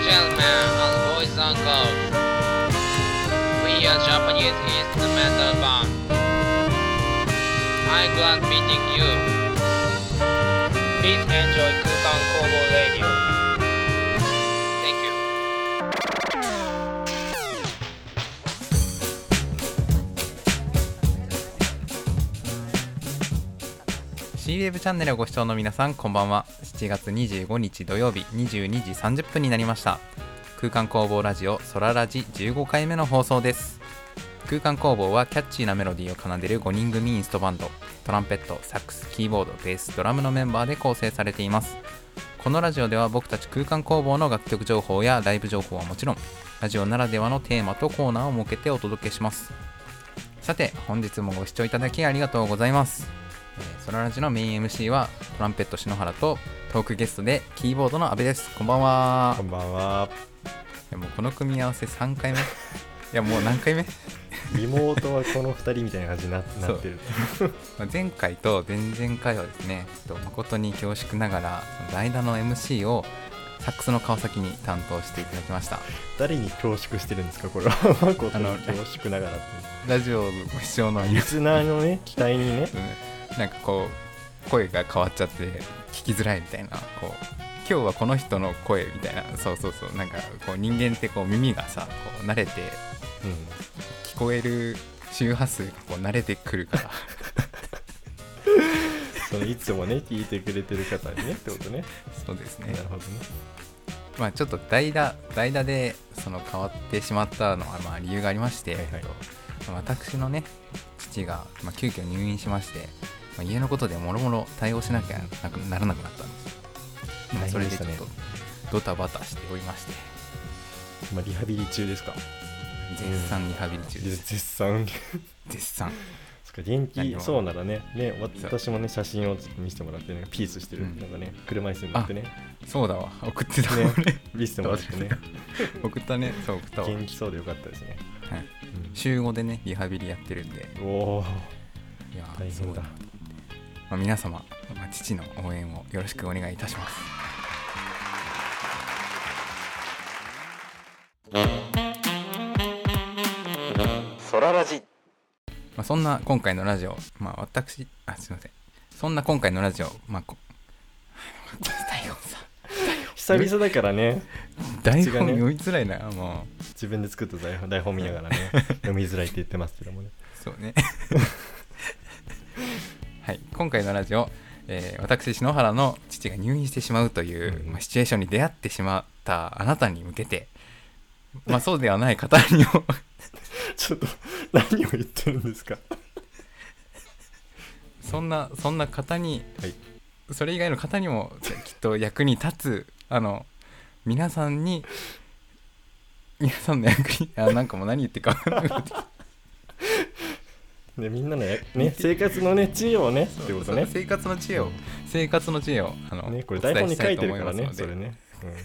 gentlemen and boys and girls, we are Japanese instrumental band. I'm glad meeting you. Please enjoy 空間工房 Radio. Thank you. C-Wave チャンネルをご視聴の皆さん、こんばんは。7月25日土曜日22時30分になりました。空間工房ラジオソララジ15回目の放送です。空間工房はキャッチーなメロディーを奏でる5人組インストバンド、トランペット、サックス、キーボード、ベース、ドラムのメンバーで構成されています。このラジオでは僕たち空間工房の楽曲情報やライブ情報はもちろん、ラジオならではのテーマとコーナーを設けてお届けします。さて、本日もご視聴いただきありがとうございます。ソララジのメイン MC はトランペット篠原とトークゲストでキーボードの阿部です。こんばんは。 こんばんは。 いやもうこの組み合わせ3回目いやもう何回目リモートはこの2人みたいな感じに なってる前回と前々回はですね、誠に恐縮ながらその間の MC をサックスの川崎に担当していただきました。 誰に恐縮してるんですかこれは。誠に恐縮ながらってラジオご視聴のリスナーのね期待にねなんかこう声が変わっちゃって聞きづらいみたいな、こう今日はこの人の声みたいな、そうなんかこう人間ってこう耳がさこう慣れて、聞こえる周波数がこう慣れてくるからそのいつもね聞いてくれてる方にねってことね。 そうですね。 なるほどね。 まあちょっと代打でその変わってしまったのはまあ理由がありまして、私のね父が急遽入院しまして、家のことでもろもろ対応しなきゃならなくなったんです。それでちょっとドタバタしておりまして、 今リハビリ中ですか？ 絶賛リハビリ中です。 絶賛そっか、元気そうならね私もね写真を見せてもらってね、ピースしてる、なんかね車椅子に乗ってね。 そうだわ、送ってたね見せてもらってね送ったね。そう送ったわ。 元気そうでよかったですね。 はい、週5でねリハビリやってるんで、 おーいや大変だ。 皆様、父の応援をよろしくお願いいたします。 ソララジ。 そんな今回のラジオ、すいません。そんな今回のラジオ、台本さ、 久々だからね。 台本読みづらいな、もう。 自分で作った台本見ながらね、読みづらいって言ってますけどもね。 そうね。はい、今回のラジオ、私篠原の父が入院してしまうという、シチュエーションに出会ってしまったあなたに向けて、そうではない方にもちょっと何を言ってるんですか？ そんな方に、それ以外の方にもきっと役に立つ皆さんの役になんかもう何言ってるか分からないね、みんなの生活のね知恵をねってことね。 生活の知恵をね、これ台本に書いてるからね、それね。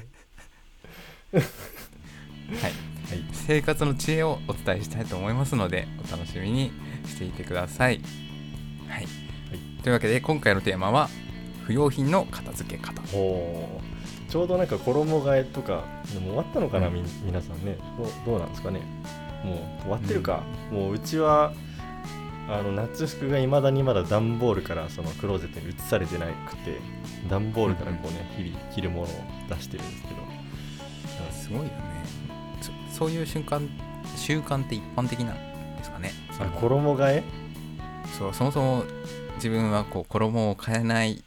はい、生活の知恵をお伝えしたいと思いますので、お楽しみにしていてください。はい。というわけで今回のテーマは不要品の片付け方。 ちょうどなんか衣替えとかでも終わったのかな、皆さんね。どうなんですかね。もう終わってるか。もううちは夏服が未だにまだ段ボールからそのクローゼットに移されてなくて、段ボールからこうね、日々着るものを出してるんですけど、 すごいよね。そういう習慣って一般的なんですかね。 衣替え？ そう、そもそも自分はこう衣を変えない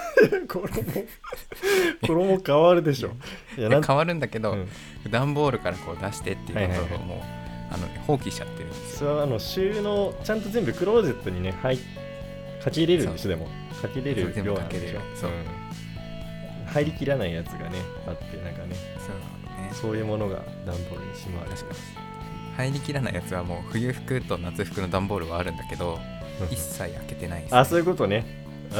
衣変わるでしょ。 変わるんだけど、段ボールからこう出してっていうことをもう放棄しちゃってるんですよ。 それは収納ちゃんと全部クローゼットにねかけ入れるんでしょ。でもかけ入れる量なんでしょ。入りきらないやつがねあって、なんかね、そういうものが段ボールにしまわれてます。 入りきらないやつはもう冬服と夏服の段ボールはあるんだけど一切開けてないです、 ね。そういうことね。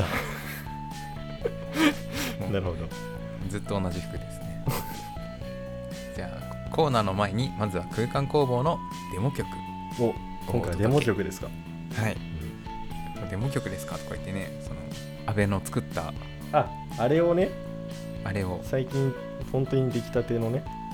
なるほど。 ずっと同じ服ですね。じゃあコーナーの前にまずは空間工房のデモ曲。 今回デモ曲ですか？ はい、デモ曲ですかとか言ってね、その安倍の作ったあれをね、 あれを最近本当に出来たてのね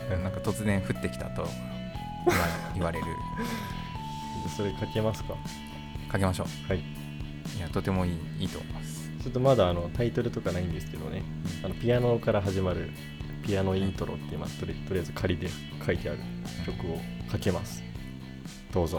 なんか突然降ってきたと言われる。 それ書けますか？ 書けましょう。 はい。 いや、とてもいいと思います。 ちょっとまだタイトルとかないんですけどね、ピアノから始まるピアノイントロって今とりあえず仮で書いてある曲を書けます。どうぞ。 はい。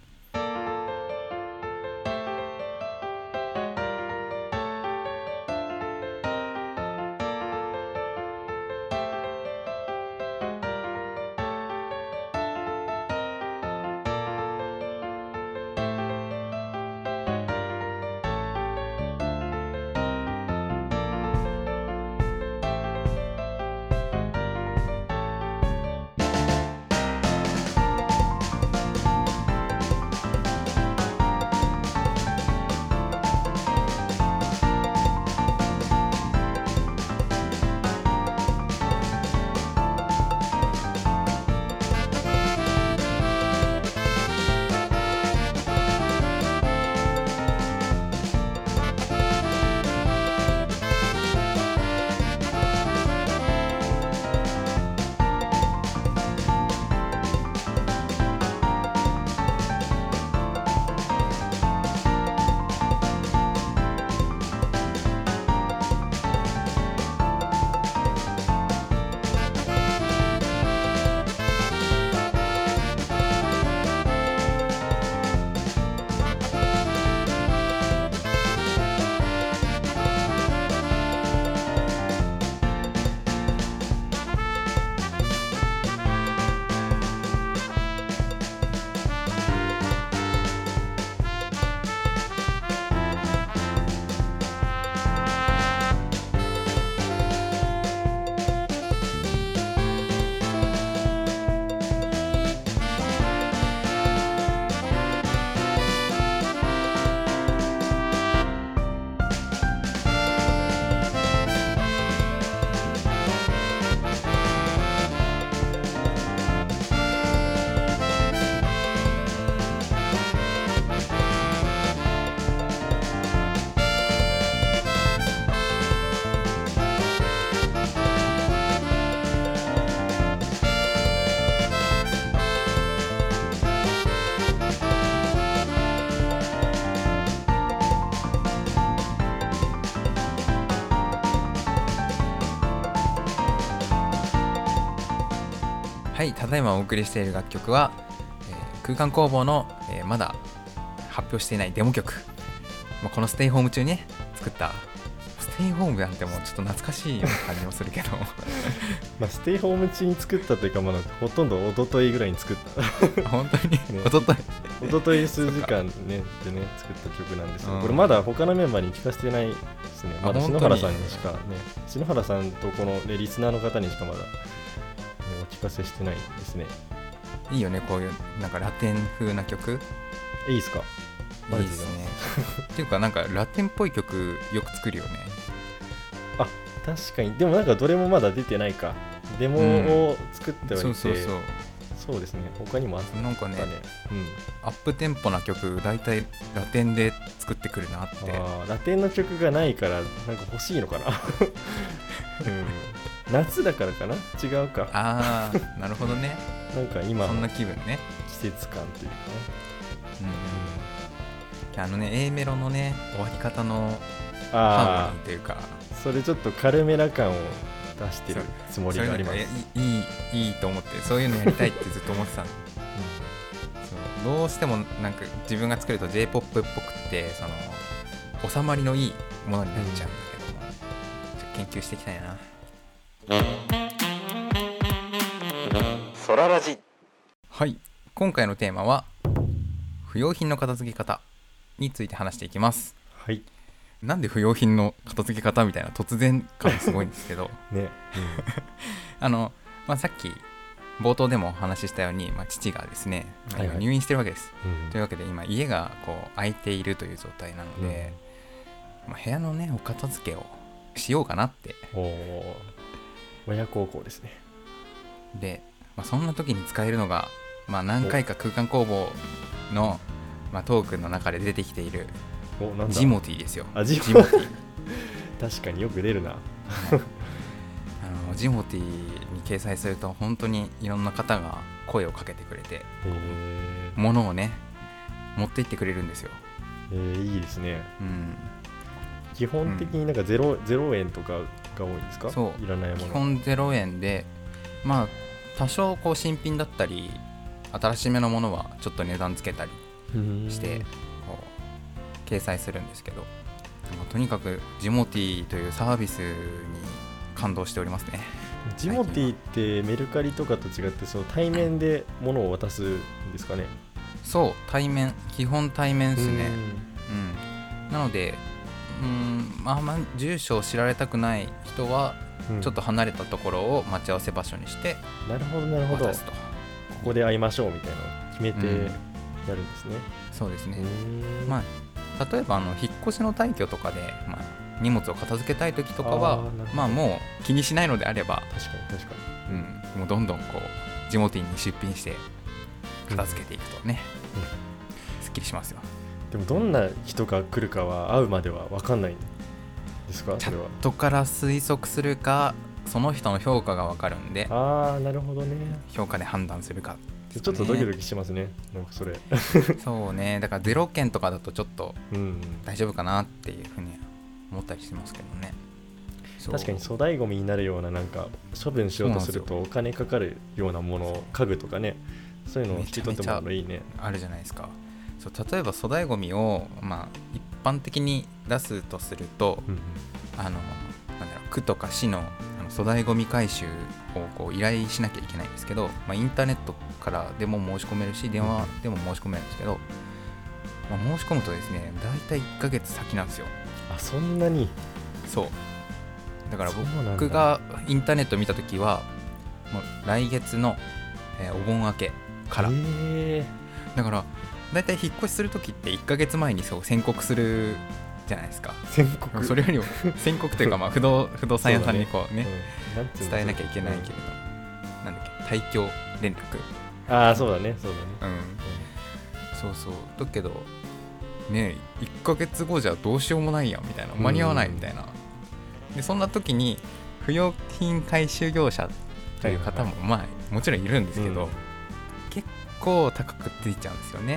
はい、ただいまお送りしている楽曲は、空間工房の、まだ発表していないデモ曲、このステイホーム中にね作った。ステイホームなんてもうちょっと懐かしい感じもするけどステイホーム中に作ったというか、ほとんど一昨日ぐらいに作った本当に、ね、一昨日数時間、ね、でね作った曲なんですよ、これまだ他のメンバーに聞かせてないですね。まだ篠原さんにしかね、篠原さんとこの、リスナーの方にしかまだ、お聞かせしてないですね。 いいよね、こういうなんかラテン風な曲。 いいですか？ いいですねっていうか、なんかラテンっぽい曲よく作るよね。 あ、確かに。でもなんかどれもまだ出てないか。デモを作っておいて、そうですね。他にもあったね。 なんかね、アップテンポな曲だいたいラテンで作ってくるなって。 ラテンの曲がないからなんか欲しいのかな夏だからかな、違うか。 なるほどね。 なんか今そんな気分ね。 季節感というかね。A メロのね終わり方のハーモニーというか、 それちょっと軽めな感を出してるつもりがあります。 いいと思って、そういうのやりたいってずっと思ってたのそうどうしてもなんか自分が作ると J-POP っぽくって収まりのいいものになっちゃうんだけども、ちょっと研究していきたいな。 ソララジ。 はい、今回のテーマは不要品の片付け方について話していきます。 はい。 なんで不要品の片付け方みたいな突然感すごいんですけどね、 さっき冒頭でもお話ししたように、父がですね、今入院してるわけです、というわけで今家がこう空いているという状態なので、部屋のねお片付けをしようかなって。 親孝行ですね。 で、そんな時に使えるのが、何回か空間工房の、トークの中で出てきているジモティーですよ。 ジモティー確かによく出るなうジモティに掲載すると本当にいろんな方が声をかけてくれて、物をね持って行ってくれるんですよ。 いいですね。 うん、 基本的になんか0円とかが多いんですか？ そういらないもの。 基本0円で、まあ多少こう新品だったり新しめのものはちょっと値段つけたりしてこう掲載するんですけど、とにかくジモティというサービスに感動しておりますね。 ジモティってメルカリとかと違ってその対面で物を渡すんですかね？ そう、対面、基本対面ですね。なのでまあ住所を知られたくない人はちょっと離れたところを待ち合わせ場所にしてなるほどなるほど、こ渡すと。 こで会いましょうみたいなのを決めてやるんですね。 そうですね。まあ例えば引っ越しの退去とかで、まあ、荷物を片付けたい時とかはまあもう気にしないのであれば確かに、 もうどんどんこうジモティに出品して片付けていくとね、すっきりしますよ。 でもどんな人が来るかは会うまでは分かんないんですか？ チャットから推測するかその人の評価が分かるんで、 なるほどね。 評価で判断するか、 ちょっとドキドキしますね。なんかそれそうね。だから0件とかだとちょっと大丈夫かなっていうふうに思ったりしますけどね。 確かに粗大ゴミになるようななんか処分しようとするとお金かかるようなもの、家具とかね、そういうのを引き取ってもらうのいいね。 あるじゃないですか。そう、例えば粗大ゴミを、まあ、一般的に出すとすると、なんだろう、区とか市の粗大ゴミ回収をこう依頼しなきゃいけないんですけど、まあ、インターネットからでも申し込めるし電話でも申し込めるんですけど、まあ、申し込むとですねだいたい1ヶ月先なんですよ。 そんなに？そうだから僕がインターネット見たときはもう来月の、お盆明けからだからだいたい引っ越しするときって1ヶ月前にそう宣告するじゃないですか。 宣告？ それよりも宣告というかまあ不動産屋さんにこうね伝えなきゃいけないけれど、なんだっけ、退去連絡。 そうだね。 そうそう。だけどね1ヶ月後じゃどうしようもないやんみたいな、間に合わないみたいな。でそんな時に不用品回収業者という方もまあもちろんいるんですけど、結構高くついちゃうんですよね。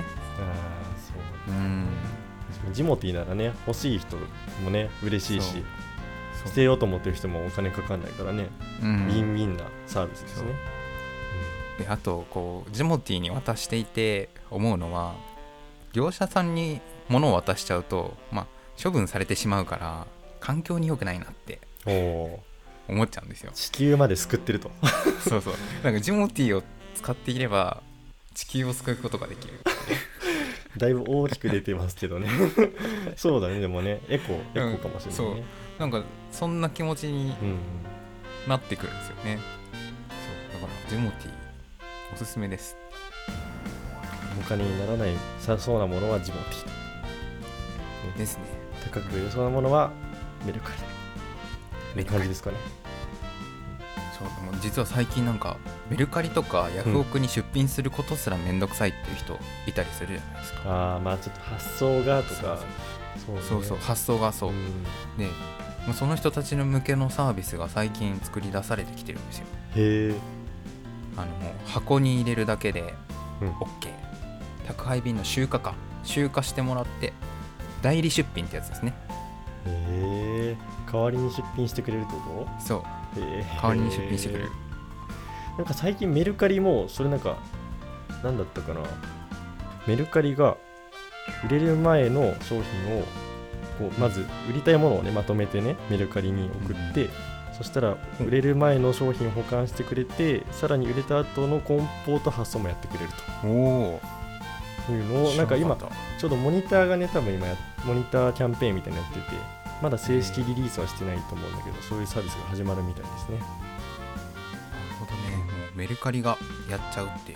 ジモティならね欲しい人もね嬉しいし、捨てようと思ってる人もお金かかんないからね、ウィンウィンなサービスですね。 であとこうジモティに渡していて思うのは、業者さんに物を渡しちゃうと、まあ、処分されてしまうから環境に良くないなって思っちゃうんですよ。 地球まで救ってるとそうなんかジモティを使っていれば地球を救うことができるだいぶ大きく出てますけどねそうだね。でもねエコかもしれないね。 そうなんかそんな気持ちになってくるんですよね。そうだからジモティおすすめです。 お金にならないさそうなものはジモティですね。 高く売れそうなものはメルカリって感じですかね。 そう、実は最近なんかメルカリとかヤフオクに出品することすらめんどくさいっていう人いたりするじゃないですか。 まあちょっと発想がとかそう発想がそう、でその人たちの向けのサービスが最近作り出されてきてるんですよ。 へえ。 もう箱に入れるだけで OK、宅配便の集荷してもらって代理出品ってやつですね。 へえ。代わりに出品してくれるってこと？ そう、代わりに出品してくれる。 なんか最近メルカリもそれなんか何だったかな、メルカリが売れる前の商品をこうまず売りたいものをねまとめてねメルカリに送って、そしたら売れる前の商品を保管してくれて、さらに売れた後の梱包と発送もやってくれるというのをなんか今ちょうどモニターがね多分今モニターキャンペーンみたいなのやってて、まだ正式リリースはしてないと思うんだけど、そういうサービスが始まるみたいですね。 なるほどね。もうメルカリがやっちゃうっていう。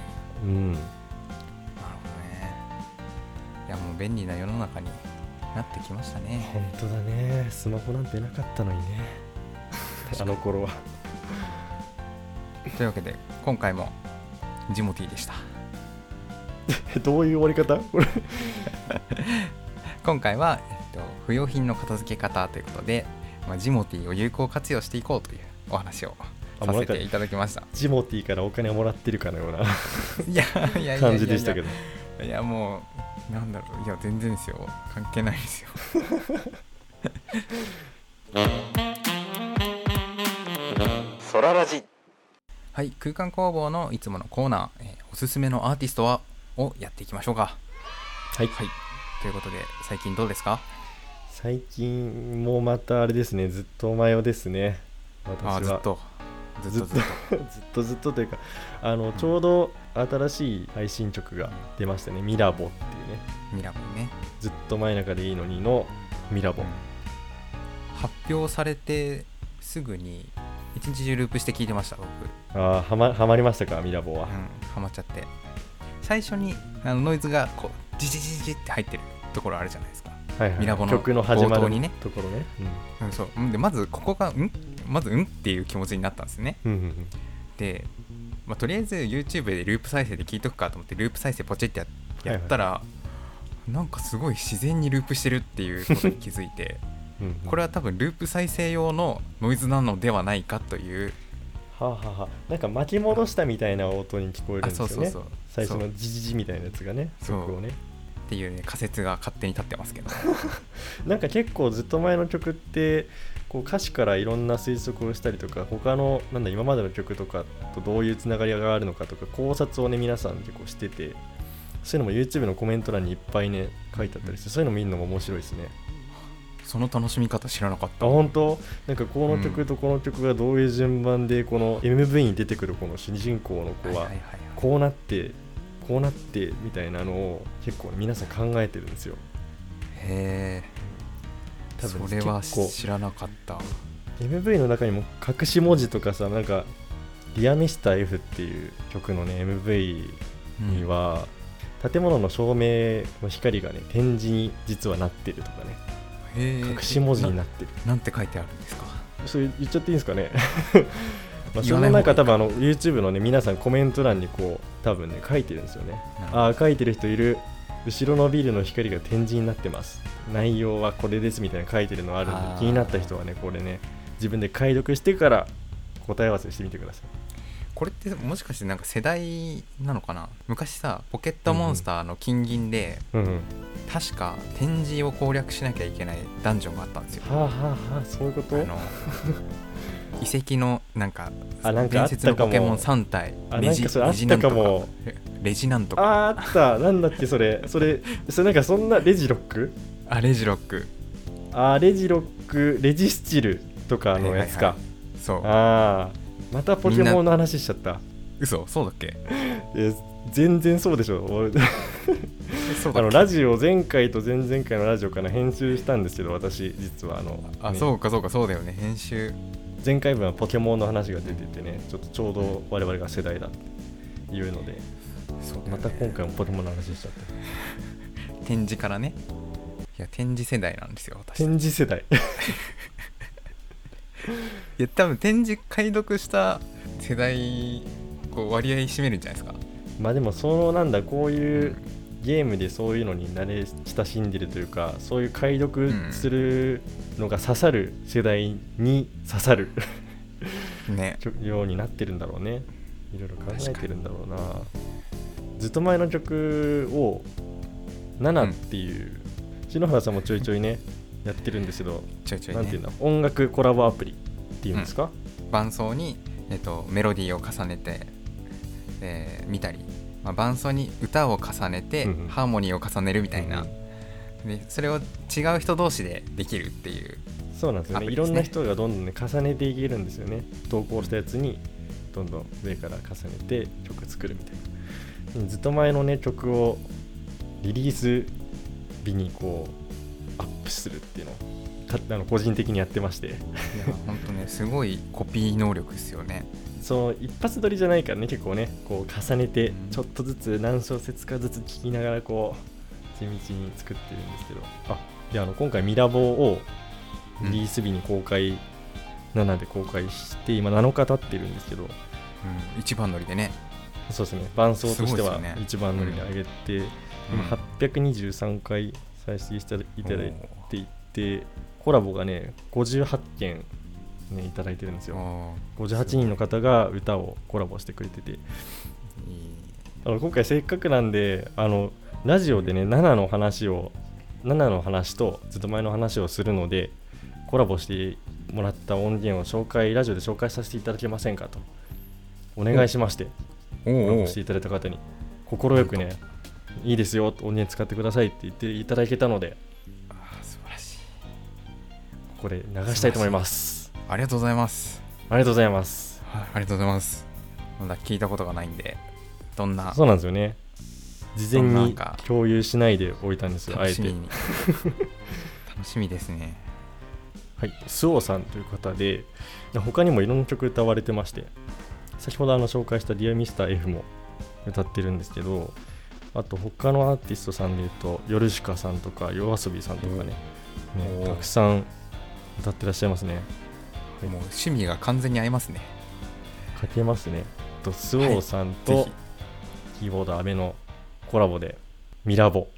なるほどね。いやもう便利な世の中になってきましたね。 本当だね。スマホなんてなかったのにねあの頃はというわけで今回もジモティでしたどういう終わり方これ今回は、不用品の片付け方ということで、ジモティを有効活用していこうというお話をさせていただきました。 ジモティーからお金をもらってるかのようないやいや感じでしたけど、 いやもうなんだろう、いや全然ですよ、関係ないですよソララジ。 はい、空間工房のいつものコーナー、おすすめのアーティストはをやっていきましょうか。 はい、 はい、ということで最近どうですか？ 最近もまたあれですね、ずっとマヨですね。私はずっとずっとというかちょうど新しい配信曲が出ましたね。ミラボっていうね、 ミラボね、 ずっと前中でいいのにのミラボ、 発表されてすぐに一日中ループして聞いてました僕。 はまりましたか？ミラボは、 ハマっちゃって、最初にノイズがこうジジジジって入ってるところあるじゃないですか、 はいはい、 ミラボの曲の始まる冒頭にねところね、 そうでまずここがまずっていう気持ちになったんですね、で、とりあえず YouTube でループ再生で聞いとくかと思ってループ再生ポチってやったら、なんかすごい自然にループしてるっていうことに気づいてこれは多分ループ再生用のノイズなのではないかという、 なんか巻き戻したみたいな音に聞こえるんですよね。 そう最初のジジジみたいなやつがね、曲をねっていうね仮説が勝手に立ってますけどなんか結構ずっと前の曲ってこう歌詞からいろんな推測をしたりとか、他の今までの曲とかとどういうつながりがあるのかとか考察をね皆さん結構してて、そういうのも YouTube のコメント欄にいっぱいね書いてあったりして、そういうの見るのも面白いですね。 その楽しみ方知らなかった。 本当？なんかこの曲とこの曲がどういう順番でこの MV に出てくるこの主人公の子はこうなってみたいなのを結構皆さん考えてるんですよ。 へえ、多分それは知らなかった。 MV の中にも隠し文字とかさ、なんかディアミスター F っていう曲のね MV には、建物の照明の光がね点字に実はなってるとかね、隠し文字になってる。 なんて書いてあるんですか？ それ言っちゃっていいんですかねその中多分YouTube のね皆さんコメント欄にこう多分ね書いてるんですよね。書いてる人いる。後ろのビルの光が点字になってます、内容はこれですみたいな書いてるのあるんで、気になった人はねこれね自分で解読してから答え合わせしてみてください。 これってもしかしてなんか世代なのかな？昔さポケットモンスターの金銀で、確か点字を攻略しなきゃいけないダンジョンがあったんですよ。 そういうこと？ 遺跡のなんか伝説のポケモン 3体、 レジなんとかレジなんとかあったなんだっけそれなんかそんなレジロックレジロックレジロックレジスチルとかのやつか、 そうまたポケモンの話しちゃった。 嘘？そうだっけ？ 全然そうでしょラジオ前回と前々回のラジオから編集したんですけど、私実はそうかそうだよね、編集前回分はポケモンの話が出ててね、ちょうど我々が世代だっていうので、また今回もポケモンの話しちゃった展示からね。いや展示世代なんですよ私。 展示世代いや多分展示解読した世代こう割合占めるんじゃないですか。 でもこういうゲームでそういうのに慣れ親しんでるというか、そういう解読するのが刺さる世代に刺さるねようになってるんだろうね。いろいろ考えてるんだろうな。ずっと前の曲を7っていう、篠原さんもちょいちょいねやってるんですけど、なんていうんだ、音楽コラボアプリっていうんですか、 伴奏に、メロディーを重ねて、見たり、伴奏に歌を重ねて、ハーモニーを重ねるみたいな、でそれを違う人同士でできるっていう。 そうなんですよね。いろんな人がどんどん、重ねていけるんですよね。投稿したやつにどんどん上から重ねて曲作るみたいな。ずっと前のね曲をリリース日にこうアップするっていうのを個人的にやってまして、いや本当ねすごいコピー能力ですよね。 そう一発撮りじゃないからね、結構ねこう重ねてちょっとずつ何小節かずつ聴きながらこう地道に作ってるんですけど、で今回ミラボをリリース日に公開、7で公開して今7日経ってるんですけど、 一番乗りでね。そうですね、伴奏としては一番乗りで上げて、今823回再生していただいていて、コラボがね58件ねいただいてるんですよ。 お 58人の方が歌をコラボしてくれてて、 いい今回せっかくなんでラジオでね7の話とずっと前の話をするので、コラボしてもらった音源をラジオで紹介させていただけませんかとお願いしまして、コラボしていただいた方に快くねいいですよ音源使ってくださいって言っていただけたので、 素晴らしい。 これ流したいと思います。 ありがとうございます。 ありがとうございます。 はい、ありがとうございます。まだ聞いたことがないんで、どんなそうなんですよね。事前になんか共有しないでおいたんですよ、あえて。 楽しみに楽しみですね。 はい、スオさんという方で、他にもいろんな曲歌われてまして、先ほど紹介したディアミスター F も歌ってるんですけど、あと他のアーティストさんで言うとヨルシカさんとか夜遊びさんとかねたくさん歌ってらっしゃいますね。 もう趣味が完全に合いますね。 かけますね。スオさんと、 ぜひキーボード阿部のコラボでミラボ。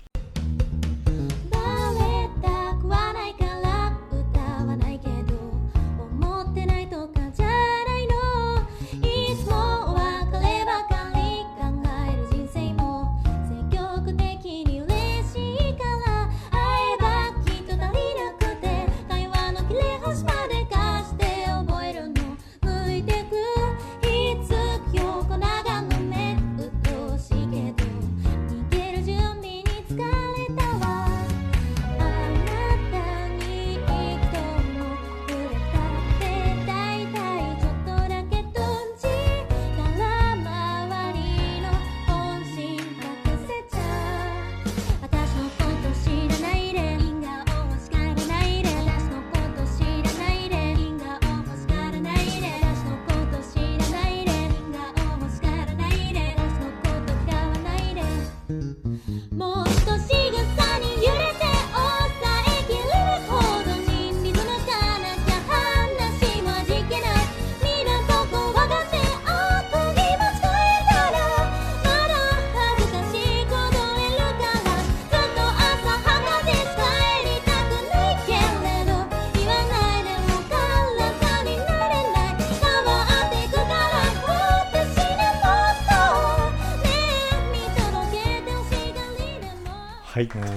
はい、 おー、すごい。 素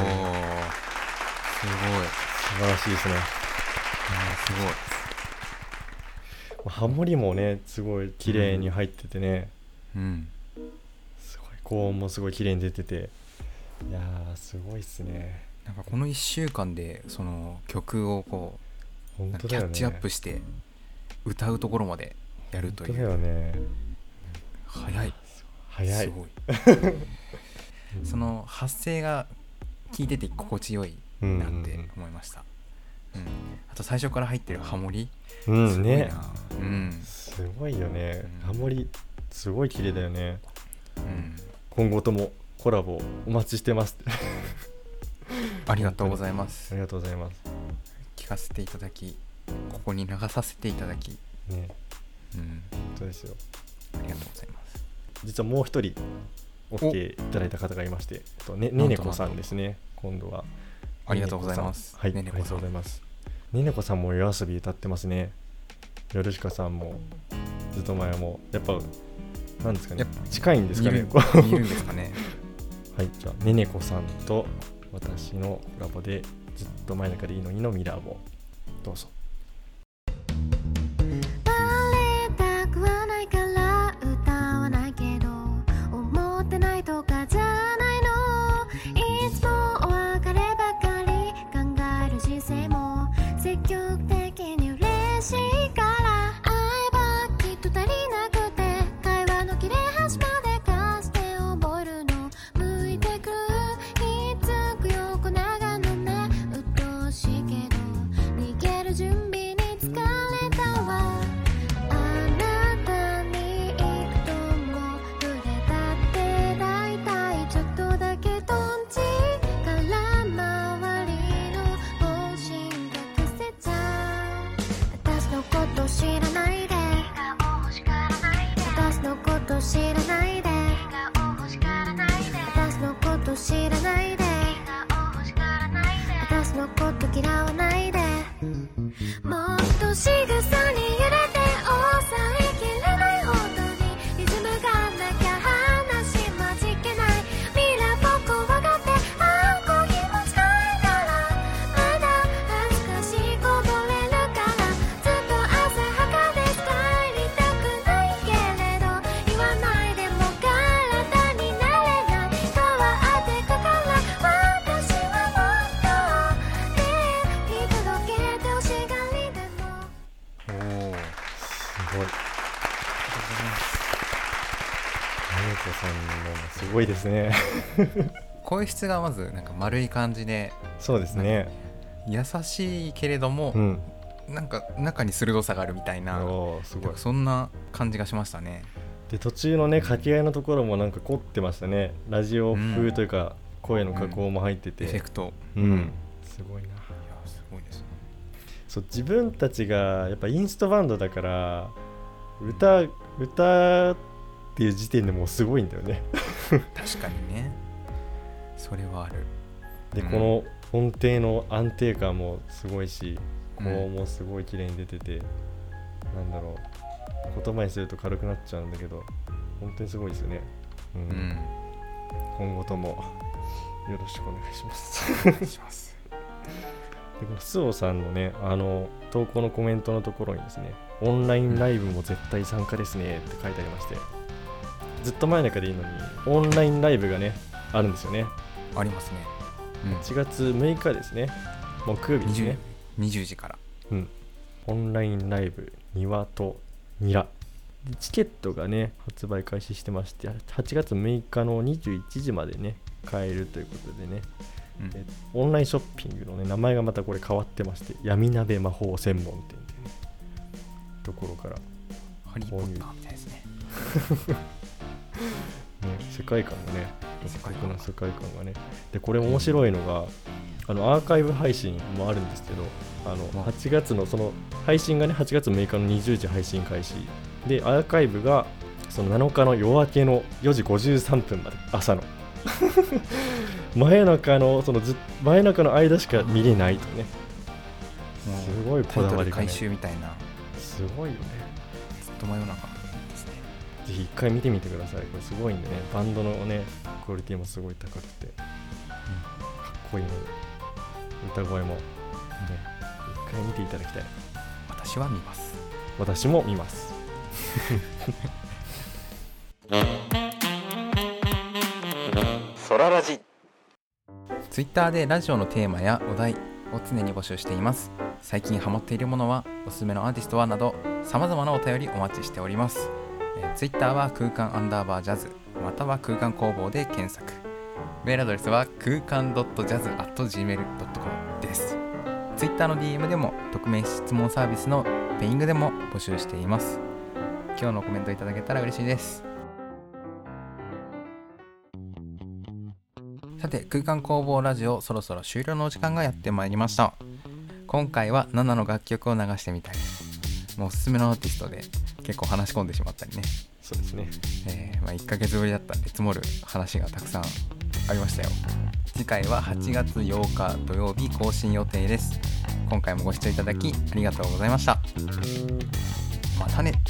晴らしいですね。 すごい。 ハモリもねすごい綺麗に入っててね、すごい高音もすごい綺麗に出てて、いやーすごいっすね。 なんかこの1週間でその曲をこう本当だよね、 キャッチアップして歌うところまでやるとい本当だよう、 ね。 早い。 早い。 すごい。その発声が聞いてて心地よいなって思いました。あと最初から入ってるハモリ、すごいな。 ね、すごいよね。ハモリすごい綺麗だよね。今後ともコラボお待ちしてます。 ありがとうございます。 ありがとうございます。 聞かせていただき、ここに流させていただき、 ね、本当ですよ。 ありがとうございます。 実はもう一人 OK いただいた方がいまして、ねねこさんですね。今度はありがとうございます。 はい、ありがとうございます。ねねこさんも夜遊び歌ってますね。ヨルシカさんもずっと前もやっぱなんですかね、近いんですかね。 見るんですかね。 はい、じゃあねねこさんと私のコラボでずっと前の中でいいのにのミラーをどうぞ。 準ごい。ありがとうございます。みゆこさんのすごいですね。 声質がまずなんか丸い感じで、 そうですね。 優しいけれども、 うん。 なんか中に鋭さがあるみたいな、 おーすごい。 そんな感じがしましたね。 で途中のね掛け合いのところもなんか凝ってましたね。ラジオ風というか、声の加工も入ってて、 エフェクト、 すごいな。 いやすごいですね。 そう、自分たちがやっぱインストバンドだから歌っていう時点でもうすごいんだよね。 確かにね、それはある。 で、この音程の安定感もすごいし、高音もすごい綺麗に出てて、なんだろう、言葉にすると軽くなっちゃうんだけど、本当にすごいですよね。今後ともよろしくお願いします。 お願いします。 でこのスオさんのね、投稿のコメントのところにですね、オンラインライブも絶対参加ですねって書いてありまして、ずっと前の中でいいのにオンラインライブがねあるんですよね。 ありますね。 1月6日ですね、木曜日ですね。 20時から。 オンラインライブ庭とニラ。チケットがね発売開始してまして、8月6日の21時までね買えるということでね、オンラインショッピングのね名前がまたこれ変わってまして、闇鍋魔法専門店っていうねところからハリーポッターみたいですね。 世界観がね、独特な世界観がね。でこれ面白いのが、アーカイブ配信もあるんですけど、8月のその配信がね8月6日の20時配信開始で、アーカイブがその7日の夜明けの4時53分まで、朝の真夜中の真夜中の間しか見れないとね。すごいこだわりがね。 回収みたいな。 すごいよね。 ずっと真夜中ですね。 ぜひ一回見てみてください。これすごいんでね、バンドのねクオリティもすごい高くて、かっこいいので、歌声もね、一回見ていただきたい。 私は見ます。 私も見ます。ソララジ。 ツイッターでラジオのテーマやお題を常に募集しています。最近ハマっているものは、おすすめのアーティストはなど、様々なお便りお待ちしております。ツイッターは空間_ジャズ、または空間工房で検索。メールアドレスは空間.jazz@gmail.com です。ツイッターの DM でも、匿名質問サービスのペイングでも募集しています。今日のコメントいただけたら嬉しいです。さて、空間工房ラジオ、そろそろ終了のお時間がやってまいりました。今回は7の楽曲を流してみたいです。もうおすすめのアーティストで結構話し込んでしまったりね。 そうですね。 1ヶ月ぶりだったんで積もる話がたくさんありましたよ。次回は8月8日土曜日更新予定です。今回もご視聴いただきありがとうございました。またね。